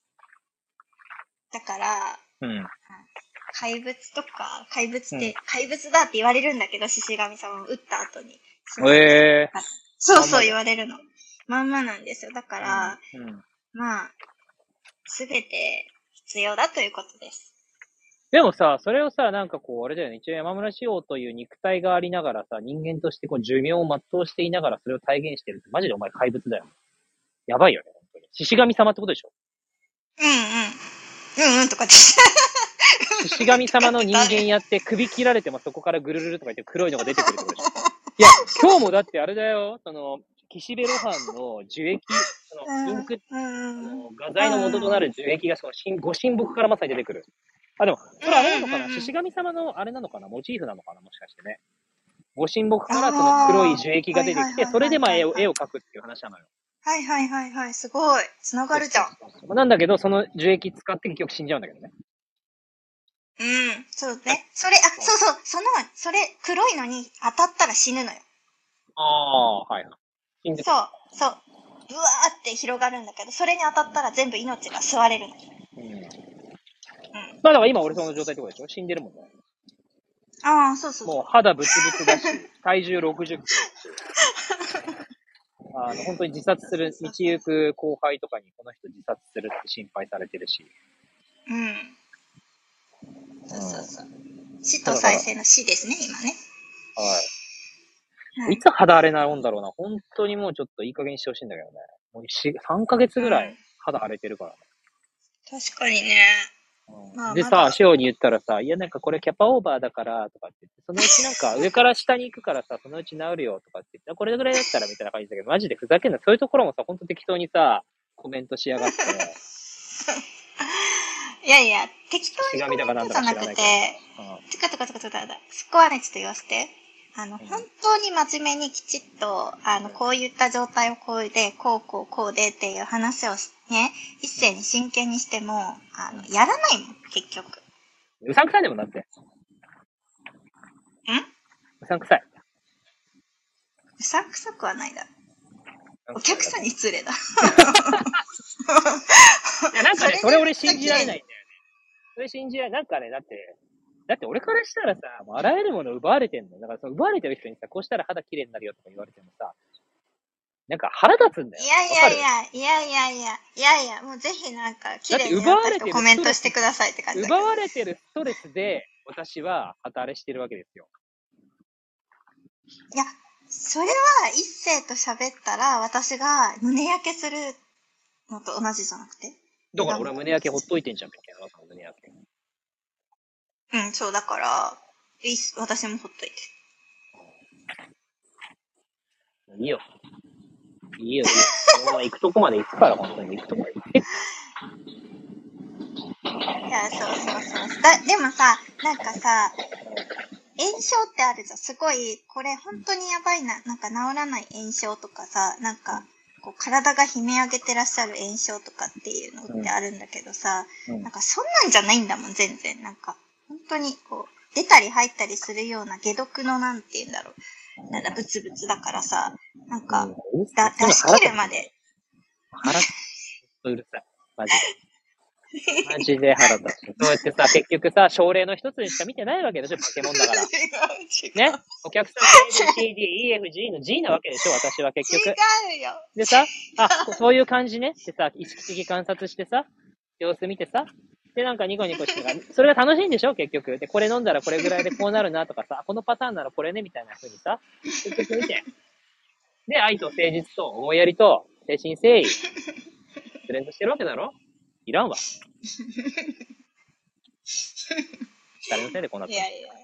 だから、 うん。 怪物とか、怪物って、怪物だって言われるんだけど、獅子神様を撃った後に。 えー。 そうそう言われるの。まんまなんですよ。だから、 うんうん、 まあ、すべて必要だということです。 でもさ、それをさ、なんかこう、あれだよね。一応山村仕様という肉体がありながらさ、人間としてこう寿命を全うしていながらそれを体現してるって、マジでお前怪物だよ。やばいよね、本当に。獅子神様ってことでしょ？ うんうん。うんうんとかって。 獅子神様の人間やって首切られてもそこからぐるるるとか言って黒いのが出てくるってことでしょ？いや、今日もだってあれだよ、その、岸辺露伴の樹液、その、インク、 うん、 あの画材の元となる樹液がその、ご神木からまさに出てくる。あ、でも、それあれなのかな、獅子神様のあれなのかな、モチーフなのかな、もしかしてね。ご神木からその黒い樹液が出てきて、それでまあ絵を、絵を描くっていう話なのよ。 はいはいはいはい、すごい。つながるじゃん。 なんだけど、その樹液使って結局死んじゃうんだけどね。 うん、そうね。それ、あ、そうそう、その、それ、黒いのに当たったら死ぬのよ。 ああ、はいはい。死んでそう、そう。ブワーって広がるんだけど、それに当たったら全部命が吸われるの。うん。うん。 まあだから今俺その状態ってことでしょ？死んでるもんね。 ああ、そうそうそう。 もう肌ブツブツだし、体重ろくじゅっキロだし。あの、本当に自殺する、道行く後輩とかにこの人自殺するって心配されてるし。 うん。そうそうそう。死と再生の死ですね、今ね。 はい。いつ肌荒れなるんだろうな。本当にもうちょっといい加減にしてほしいんだけどね。もうさんかげつぐらい肌荒れてるからね。 うん、確かにね。 うんまあ、でさ、シオに言ったらさ、いやなんかこれキャパオーバーだからとかって言って、そのうちなんか上から下に行くからさ、そのうち治るよとかって言って、これぐらいだったらみたいな感じだけど、マジでふざけんな。そういうところもさ、ほんと適当にさ、コメントしやがって。 いやいや、適当にコメントじゃなくて、つかつかつかつかつか、そこはね、ちょっと言わせて。あの、うん、本当に真面目にきちっと、あの、こういった状態をこうで、こうこうこうでっていう話をね、一斉に真剣にしても、あの、やらないもん、結局。 うさんくさいでもだって。んうさんくさい。 うさんくさくはないだろ。お客さんに失礼だ。いや、なんかね、それ俺信じられないんだよね。それ信じられない。なんかね、だって、だって俺からしたらさ、もうあらゆるもの奪われてんの。だからその奪われてる人にさ、こうしたら肌綺麗になるよとか言われてもさ、なんか腹立つんだよ。 いやいやいや、いやいやいや、いやいや、もうぜひなんか綺麗になった人コメントしてくださいって感じ。 奪われてるストレスで、 私は働いしてるわけですよ。 いや、それは一星と喋ったら私が胸焼けするのと同じじゃなくて。 だから俺は胸焼けほっといてんじゃんみたいな、あなたの胸焼け。 うん、そうだから、いいっす私もほっといて。 いいよ。いいよ、いいよ。もう行くとこまで行くから、本当に行くとこまで行って。 いや、そうそうそう。だでもさ、なんかさ、炎症ってあるじゃん。すごい、これ本当にやばいな。なんか治らない炎症とかさ、なんか、こう体が悲鳴上げてらっしゃる炎症とかっていうのってあるんだけどさ、 うん、 なんかそんなんじゃないんだもん、全然。なんか、本当にこう、出たり入ったりするような解毒のなんて言うんだろう。なんだ、ブツブツだからさ、なんか、 うん、 だ出し切るまで。 腹立つ。うるさい。マジで。マジで腹立つ。そうやってさ、結局さ、症例の一つにしか見てないわけでしょ、化け物だから。 違う違う。 ね、お客さん A、B、C、D、E、F、G の G なわけでしょ、私は結局。 違うよ。 でさ、あ、そういう感じね。でさ、意識的観察してさ、様子見てさ、で、なんかニコニコしてが、それが楽しいんでしょ、結局。で、これ飲んだらこれぐらいでこうなるなとかさ、このパターンならこれね、みたいな風にさ、結局見て。で、愛と誠実と思いやりと誠心誠意、ブレンドしてるわけだろ。いらんわ。誰のせいでこうなったの。 いやいや。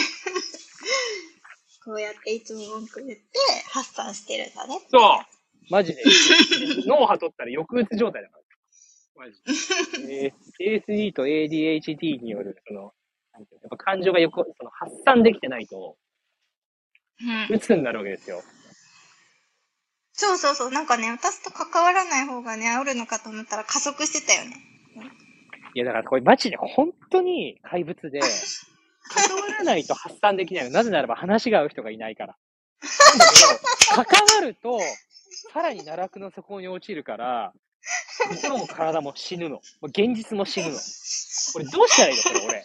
こうやっていつも文句言って発散してるんだね。 そうマジで。脳波取ったら抑うつ状態だから。マジで。えー、エーエスディー と エーディーエイチディー による、その、なんていうのやっぱ感情がよく、その発散できてないと、 うん。 うつになるわけですよ。 そうそうそう。なんかね、私と関わらない方がね、治るのかと思ったら加速してたよね。 いや、だからこれマジで本当に怪物で、関わらないと発散できないの。なぜならば話が合う人がいないから。なんだけど、関わると、さらに奈落の底に落ちるから、心も体も死ぬの。現実も死ぬの。これどうしたらいいのこれ俺。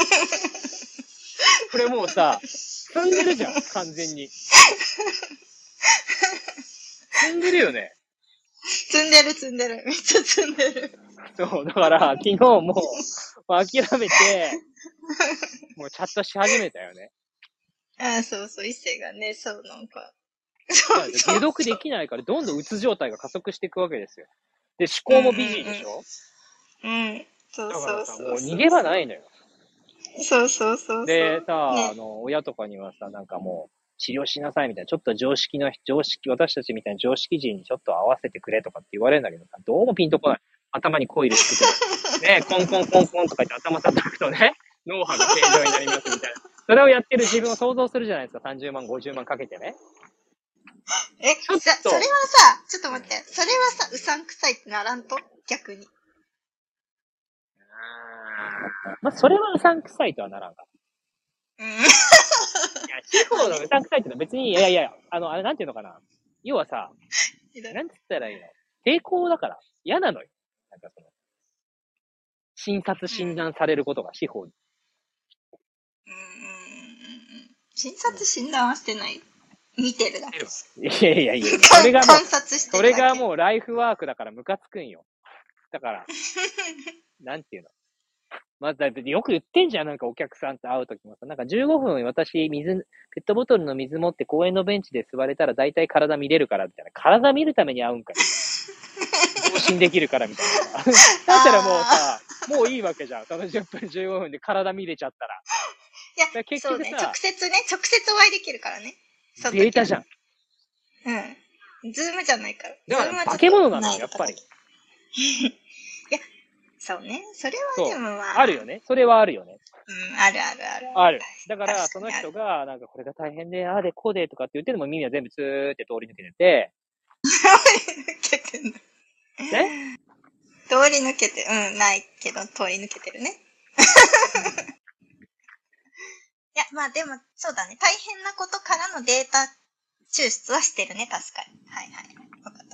これもうさ、積んでるじゃん、完全に。積んでるよね。 積んでる積んでる。めっちゃ積んでる。 そう、だから昨日もう諦めて、もうチャットし始めたよね。 ああ、そうそう、一世がね、そうなんか。 そう解毒できないから、どんどんうつ状態が加速していくわけですよ。で、思考もビジーでしょ、 うん、うん、うん。そうそうそう。 もう逃げ場ないのよ。 そうそうそうそう。 で、さ、 ね、 あの、親とかにはさ、なんかもう、治療しなさいみたいな、ちょっと常識の、常識、私たちみたいな常識人にちょっと合わせてくれとかって言われるんだけどさ、どうもピンとこない。頭にコイルつけて、ね、コンコンコンコンとか言って頭叩くとね、脳波が正常になりますみたいな。それをやってる自分を想像するじゃないですか、さんじゅうまん、ごじゅうまんかけてね。 え、 ちょっとそそれはさ、ちょっと待って、それはさ、うさんくさいってならんと逆に。 まあ、それはうさんくさいとはならんか。 うん。いや、司法のうさんくさいってのは別に、いやいや、あの、あれなんていうのかな。要はさ、なんつったらいいの抵抗だから。嫌なのよ。なんかその、診察診断されることが司法に。 うん。診察診断はしてない。見てるだけ。 いやいやいや、それがもう、 観察してそれがもうライフワークだからムカつくんよ。だから、なんていうの。まずだってよく言ってんじゃん、なんかお客さんと会うときもさ、なんかじゅうごふん私、水、ペットボトルの水持って公園のベンチで座れたら大体体見れるからみたいな。体見るために会うんかい。更新できるからみたいな。だったらもうさ、もういいわけじゃん。そのじゅっぷん、じゅうごふんで体見れちゃったら。 いや、結局さ、そうね、直接ね、直接お会いできるからね。 データじゃん。 うん。ズームじゃないから。 だから化け物なのよ、やっぱり。 いや、そうね。それはでもまあ。 あるよね。それはあるよね。 うん、あるあるある。 ある。だから、その人が、なんかこれが大変で、ああでこうでとかって言ってるのも耳は全部ツーって通り抜けてて。 通り抜けてんの。 ね通り抜けて、うん、ないけど通り抜けてるね。いや、まあでも、そうだね。大変なことからのデータ抽出はしてるね、確かに。はいはい。わかった。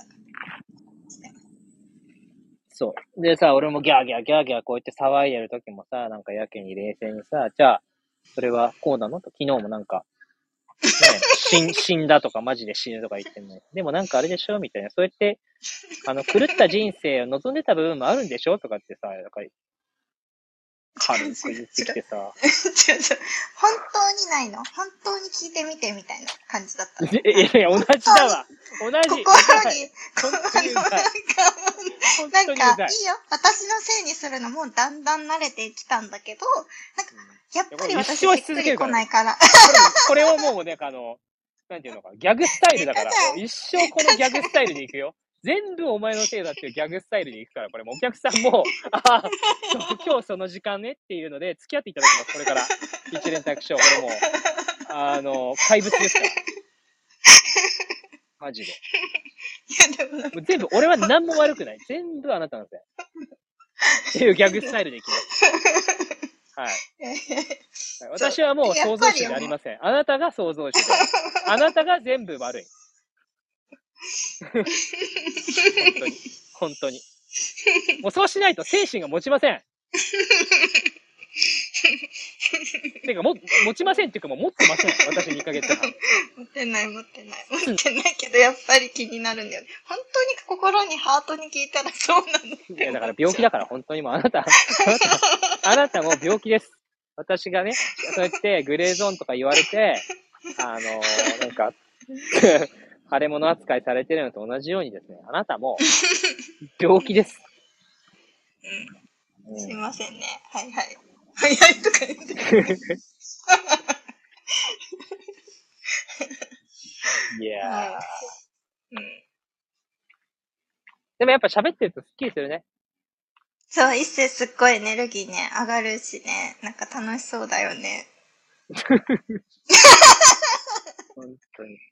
そう。でさ、俺もギャーギャーギャーギャーこうやって騒いでる時もさ、なんかやけに冷静にさ、じゃあ、それはこうなのと、昨日もなんか、ね、死, 死んだとかマジで死ぬとか言ってんのに。でもなんかあれでしょみたいな。そうやって、あの、狂った人生を望んでた部分もあるんでしょとかってさ、なんか軽く言ってきてさ。 違う違う。本当にないの？本当に聞いてみてみたいな感じだった。 いやいや、同じだわ。同じ。 心に、 本当にうざい。 なんか、 本なんか当にうざい。 いいよ。私のせいにするのもだんだん慣れてきたんだけど、なんか、やっぱり私しっくりこないから。 これをもうね、あの、なんていうのか、ギャグスタイルだから、もう一生このギャグスタイルでいくよ。全部お前のせいだっていうギャグスタイルでいくから、これもお客さんも、ああ、今日その時間ねっていうので、付き合っていただきます、これから。一連卓章、これもう、あの、怪物ですから。マジで。 いやでももう全部、俺は何も悪くない。全部あなたのせい。っていうギャグスタイルでいきます。はい。私はもう創造主でありません。あなたが創造主で。あなたが全部悪い。本当に。本当に。もうそうしないと精神が持ちません。てかも、持ちませんっていうかもう持ってません。私にかげつはん。 持ってない持ってない。持ってないけど、やっぱり気になるんだよね。本当に心にハートに聞いたらそうなの。 いや、だから病気だから本当にもうあなた、あなた、あなたも病気です。私がね、そうやってグレーゾーンとか言われて、あのー、なんか、腫れ物扱いされてるのと同じようにですね、あなたも病気です。 うん。すいませんね。はいはい。はいはいとか言って。 いやー、 はい。うん。 でもやっぱ喋ってるとスッキリするね。 そう、一世すっごいエネルギーね、上がるしね、なんか楽しそうだよね。 本当に。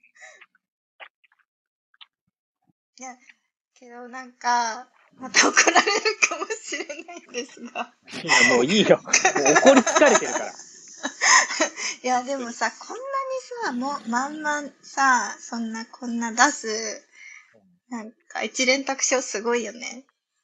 いや、けどなんか、また怒られるかもしれないんですが。 いや、もういいよ。もう怒り疲れてるから。 いや、でもさ、こんなにさ、もう、まんまんさ、そんな、こんな出す、なんか、一連卓章すごいよね。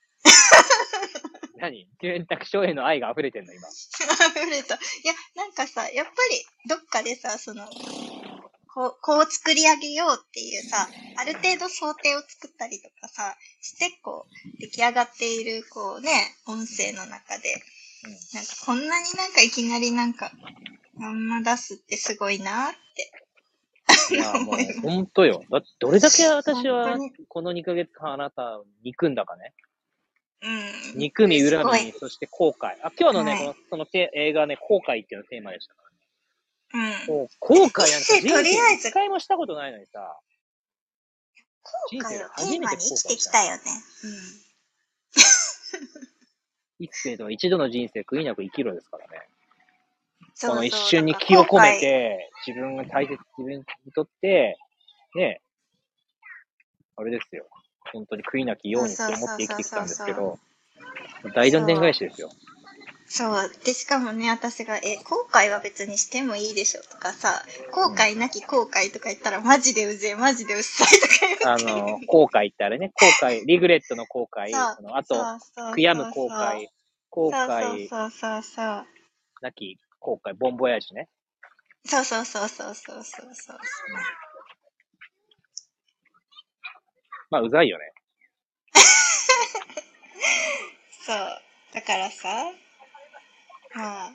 何一連卓章への愛が溢れてんの、今。 溢れた。いや、なんかさ、やっぱり、どっかでさ、その、こう、こう作り上げようっていうさ、ある程度想定を作ったりとかさ、して、こう、出来上がっている、こうね、音声の中で、うん、なんかこんなになんかいきなりなんか、まんま出すってすごいなって。 いや、もう、ほんとよ。だってどれだけ私は、このにかげつかんあなたを憎んだかね。うん。憎み、恨み、そして後悔。あ、今日のね、はい、この、その映画ね、後悔っていうのテーマでしたからね。うん。後悔なんか人生一回もしたことないのにさ。 後悔をテーマに生きてきたよね。うん。 一世とは一度の人生悔いなく生きろですからね。そうそう、この一瞬に気を込めて、自分が大切、自分にとって、ね、あれですよ。本当に悔いなきようにって思って生きてきたんですけど、大どんでん返しですよ。 そう。で、しかもね、私が、え、後悔は別にしてもいいでしょとかさ、後悔なき後悔とか言ったら、マジでうぜえ、マジでうっさいとか言って。 あの、後悔ってあれね、後悔、リグレットの後悔、そのあと、悔やむ後悔、後悔、 そうそうそうそう。 なき後悔、ボンボヤージュね。 そうそうそうそうそうそうそう。 まあ、うざいよね。 そう。だからさ、まあ、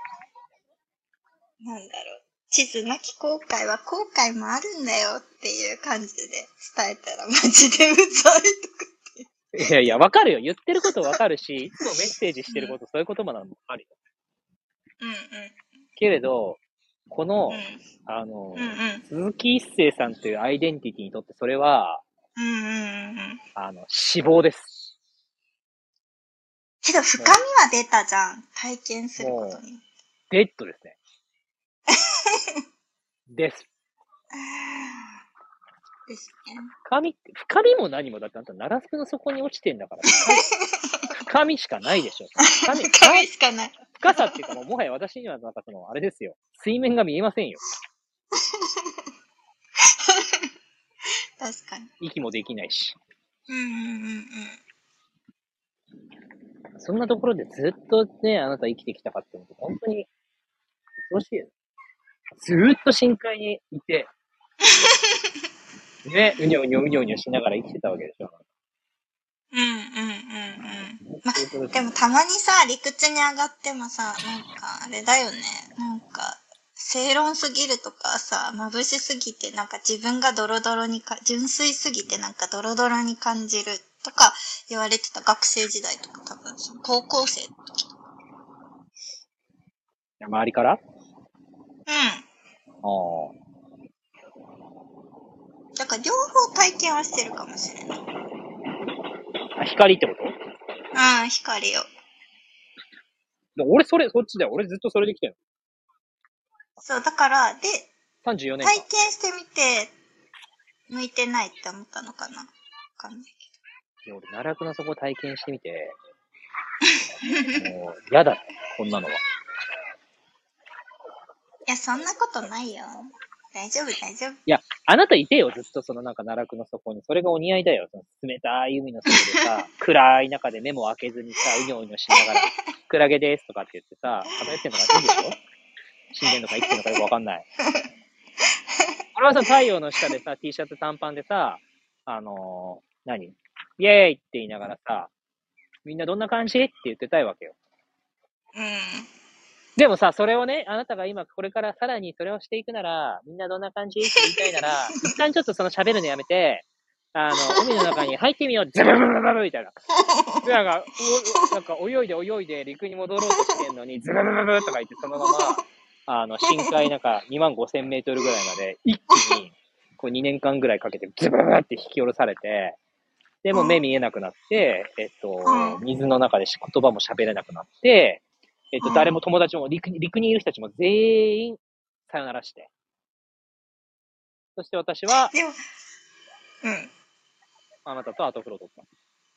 なんだろう。地図なき後悔は後悔もあるんだよっていう感じで伝えたらマジでうざいとかって。いやいや、わかるよ。言ってることわかるし、いつもメッセージしてること、うん、そういう言葉なのもあるよ。うんうん。けれど、この、うん、あの、うんうん、鈴木一生さんというアイデンティティにとってそれは、うんうんうん、あの、死亡です。 けど深みは出たじゃん。体験することに。 デッドですね。です。 ですね。 深み、深みも何もだってあんた、ナラスの底に落ちてんだから、深みしかないでしょ。 深み、深みしかない。 深さっていうかもう、もはや私にはなんかその、あれですよ。水面が見えませんよ。 確かに。 息もできないし。 うんうんうんうん。 そんなところでずっとね、あなた生きてきたかっていうの本当に恐ろしいです。ずーっと深海にいて、ね、うにょうにょうにょうにょしながら生きてたわけでしょ。 うんうんうんうん。ま、でもたまにさ、理屈に上がってもさ、なんかあれだよね。なんか、正論すぎるとかさ、眩しすぎてなんか自分がドロドロにか、純粋すぎてなんかドロドロに感じるとか言われてた学生時代とか多分その高校生の時とか。 周りから？ うん。 ああ。 だから両方体験はしてるかもしれない。 あ、光ってこと？ ああ、光を。 で俺それ、そっちだよ。俺ずっとそれで来てるそう、だから、で、 の。さんじゅうよねんかん。 体験してみて、向いてないって思ったのかな。わかんないいや、俺、奈落の底体験してみて、もう、嫌だね。こんなのは。 いや、そんなことないよ。大丈夫、大丈夫。 いや、あなたいてよ、ずっとそのなんか奈落の底に。それがお似合いだよ。その冷たい海の底でさ、暗い中で目も開けずにさ、うにょうにょしながら、クラゲですとかって言ってさ、漂ってんのがいいでしょ？死んでんのか生きてんのかよくわかんない。俺はさ、太陽の下でさ、T シャツ短パンでさ、あのー、何イエーイって言いながらさ、みんなどんな感じって言ってたいわけよ。 うん。 でもさ、それをね、あなたが今これからさらにそれをしていくなら、みんなどんな感じって言いたいなら、一旦ちょっとその喋るのやめて、あの、海の中に入ってみよう、ズブブブブブみたいな。で、なんか、おなんか泳いで泳いで陸に戻ろうとしてんのに、ズブブブブとか言ってそのまま、あの、深海なんかにまんごせんメートルぐらいまで、一気に、こうにねんかんぐらいかけて、ズブブブって引き下ろされて、でも目見えなくなって、えっと、水の中で言葉も喋れなくなって、えっと、誰も友達も陸に、陸にいる人たちも全員、さよならして。そして私は、 でも、うん。 あなたと後風呂取った。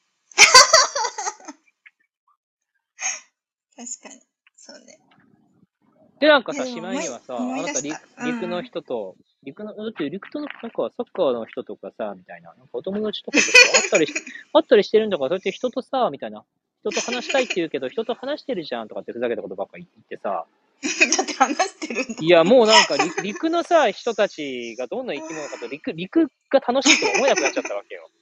確かに。そうね。 で、なんかさ、しまいにはさ、 思いあなた陸、陸の人と、陸の、だって陸と、なんかサッカーの人とかさ、みたいな、なんかお友達とかとさ、会ったりし、会ったりしてるんだから、そうやって人とさ、みたいな、人と話したいって言うけど、人と話してるじゃんとかってふざけたことばっかり言ってさ、 だって話してるんだ。 いや、もうなんか陸、陸のさ、人たちがどんな生き物かと、陸、陸が楽しいと思えなくなっちゃったわけよ。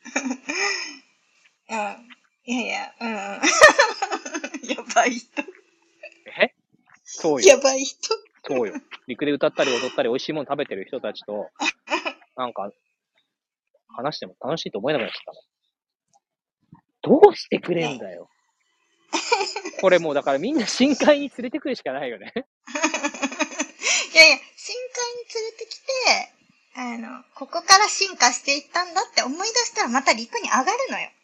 うん。いやいや、うん。やばい人。 えそうよ。 やばい人。 そうよ。陸で歌ったり踊ったり美味しいもの食べてる人たちと、なんか、話しても楽しいと思えなくなっちゃったの。どうしてくれんだよ。これもうだからみんな深海に連れてくるしかないよね。 いやいや、深海に連れてきて、あの、ここから進化していったんだって思い出したらまた陸に上がるのよ。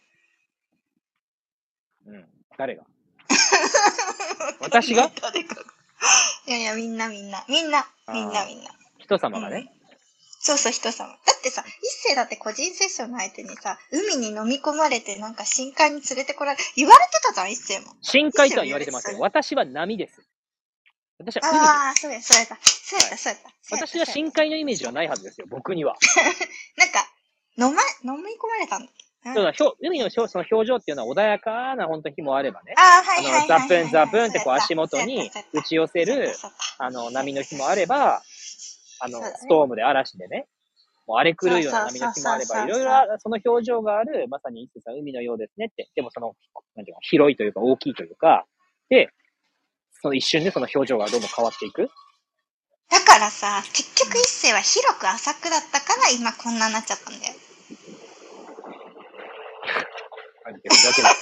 うん。誰が私が誰かが。いやいや、みんなみんな。みんな。みんなみんな。 人様がね、うん。 そうそう、人様。だってさ、一世だって個人セッションの相手にさ、海に飲み込まれてなんか深海に連れてこられ、言われてたじゃん、一世も。 深海とは言われてません。私は波です。私は海です。 ああ、そうや、そうやった。そうやった、そうやった。 私は深海のイメージはないはずですよ、僕には。 なんか、飲ま、飲み込まれたんだっけ？ そうだ、海のその表情っていうのは穏やかな本当日もあればね。 あ、はいはいはいはいはい、 あの、ザプンザプンってこう足元に打ち寄せる、あの、波の日もあれば、あの、ストームで嵐でね、もう荒れ狂うような波の日もあれば、いろいろその表情がある、まさに一世さん海のようですねって。でもその、なんていうか、広いというか大きいというか、で、その一瞬でその表情がどんどん変わっていく。 だからさ、結局一世は広く浅くだったから今こんなになっちゃったんだよ。 マジでふざけない。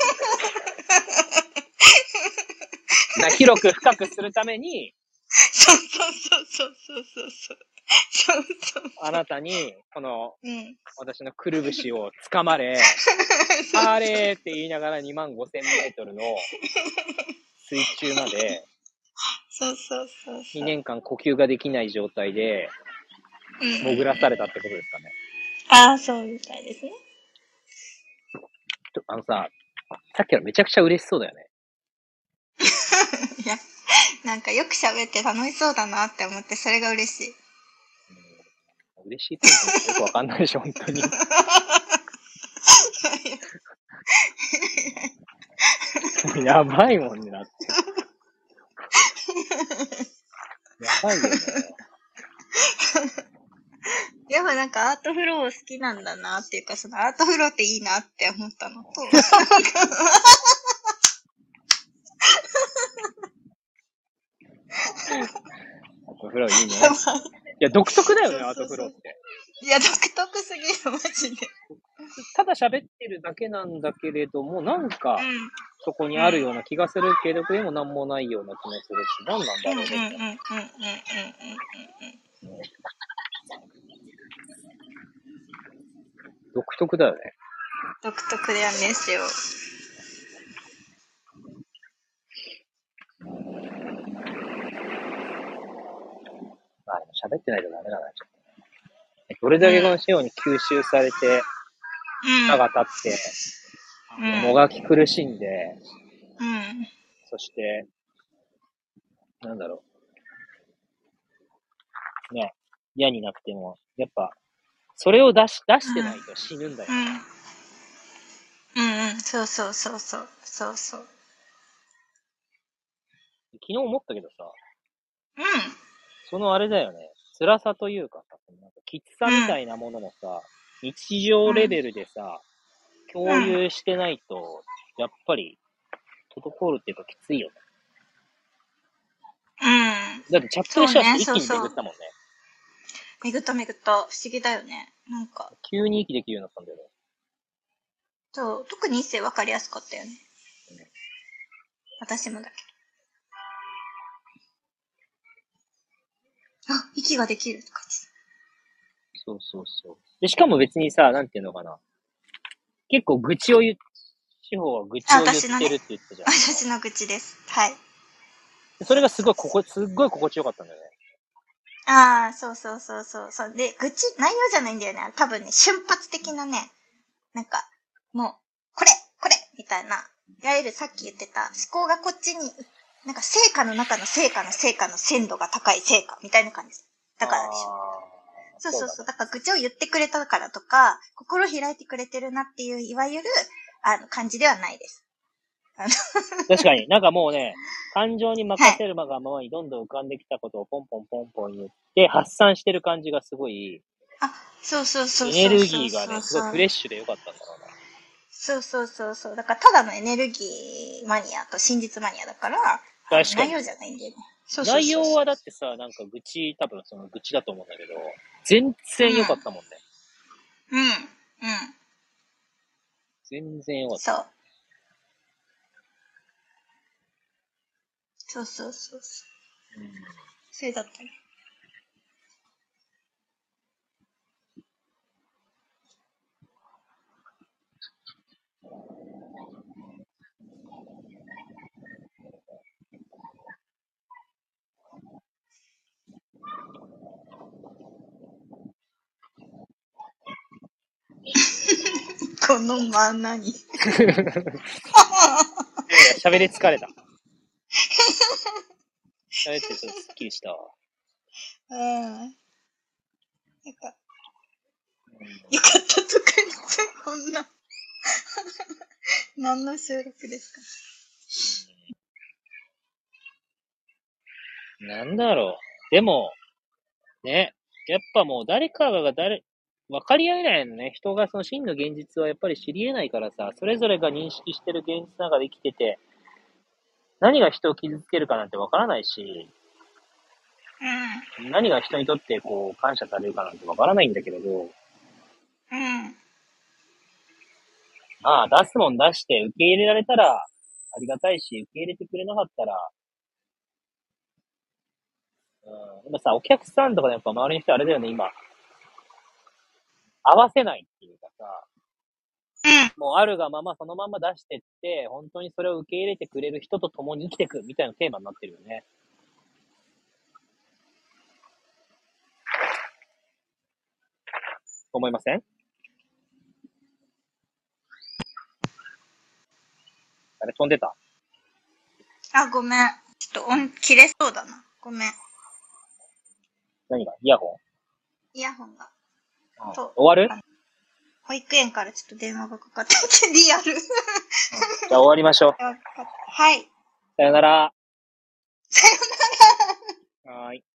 広く深くするために、 そうそうそうそうそうそうそう。そうそう。 あなたに、この、 うん、私のくるぶしをつかまれ、あれって言いながらにまんごせんメートルの水中まで、 そうそうそうそう。 にねんかん呼吸ができない状態で、潜らされたってことですかね。 うん、ああ、そうみたいですね。 あのさ、さっきからめちゃくちゃ嬉しそうだよね。 いや、なんかよく喋って楽しそうだなって思って、それが嬉しい。 うん、嬉しいってよくわかんないでしょ、本当に。やばいもんね、だって。やばいよね。 やば分なんかアートフロー好きなんだなっていうか、そのアートフローっていいなって思ったのと、 アートフローいいね。 やばい。 いや、独特だよね、 そうそうそうアートフローって。 いや、独特すぎる、マジで。 ただ喋ってるだけなんだけれども、なんか、 うん。 そこにあるような気がするけれども、なんもないような気もするし、何なんだろうね。 うんうんうんうんうんうんうんうん。 独特だよね。 独特なんですよ。 まあ、でも喋ってないとダメだな、ちょっと。どれだけこの仕様に吸収されて、歯が立って、 うん。 もがき苦しんで、 うん。 そして、なんだろう。ね、嫌になっても、やっぱ、それを出し、出してないと死ぬんだよ。 うん。うんうん。そうそうそうそう。そうそう。 昨日思ったけどさ、 うん。 そのあれだよね、辛さというかさ、なんかきつさみたいなものもさ、日常レベルでさ、共有してないと、やっぱり、滞るっていうかきついよね。 うん。 だってチャットそうね、 でシェアして一気にそうそう。 巡ったもんね。 巡った巡った。不思議だよね。なんか、 急に息できるようになったんだよね。 そう、特に一世分かりやすかったよね。 うん、 私もだけど。あ、息ができるとか言ってそうそうそう。で、しかも別にさ、なんていうのかな。結構愚痴を言っ、司法は愚痴た。あ、 を言っ私のね。 てるって言ったじゃん。 私の愚痴です。はい。 それがすごい、ここ、すっごい心地よかったんだよね。 ああ、そうそうそうそうそう。で、愚痴、内容じゃないんだよね。多分ね、瞬発的なね、なんか、もう、これこれみたいな、いわゆるさっき言ってた思考がこっちに、なんか成果の中の成果の成果の鮮度が高い成果みたいな感じです。だからでしょ。そうそうそう。だから愚痴を言ってくれたからとか、心開いてくれてるなっていう、いわゆる、あの、感じではないです。 確かに、なんかもうね、感情に任せはい。 るままにどんどん浮かんできたことをポンポンポンポン言って発散してる感じがすごい、 あ、そうそうそうエネルそうそうギーがね、すごいそうそう。 フレッシュでよかったんだろうな。 そうそうそうそう。だからただのエネルギーマニアと真実マニアだから、あの確かに。 内容じゃないんだよね。そうそう内そうそう。 容はだってさ、なんか愚痴、多分その愚痴だと思うんだけど、全然良かったもんね。 うん。うん。うん。 全然良かった。 そう。そうそうそうそう。 うん、 それだったね。この間何喋り疲れた。喋ってちょっとスッキリしたわ。 うん。なんか、よかったとか言って、こんな。何の収録ですか？ なんだろう。でも、ね、やっぱもう誰かが誰、分かり合えないのね。人がその真の現実はやっぱり知り得ないからさ、それぞれが認識してる現実の中で生きてて、何が人を傷つけるかなんて分からないし、 うん。 何が人にとってこう感謝されるかなんて分からないんだけれど、 うん。 まあ出すもん出して受け入れられたらありがたいし、受け入れてくれなかったら、うん、今さ、お客さんとかでやっぱ周りの人あれだよね、今。合わせないっていうかさ、もうあるがままそのまま出してって、本当にそれを受け入れてくれる人と共に生きていくみたいなテーマになってるよね。思いません？あれ飛んでた？ あ、ごめん。ちょっと音切れそうだな。ごめん。 何がイヤホイヤホンが。 ン、うん、 と、 終わる？ あの保育園からちょっと電話がかかってきて、リアル。 うん、じゃあ終わりましょう。 はい。 さよなら。 さよなら。 はーい。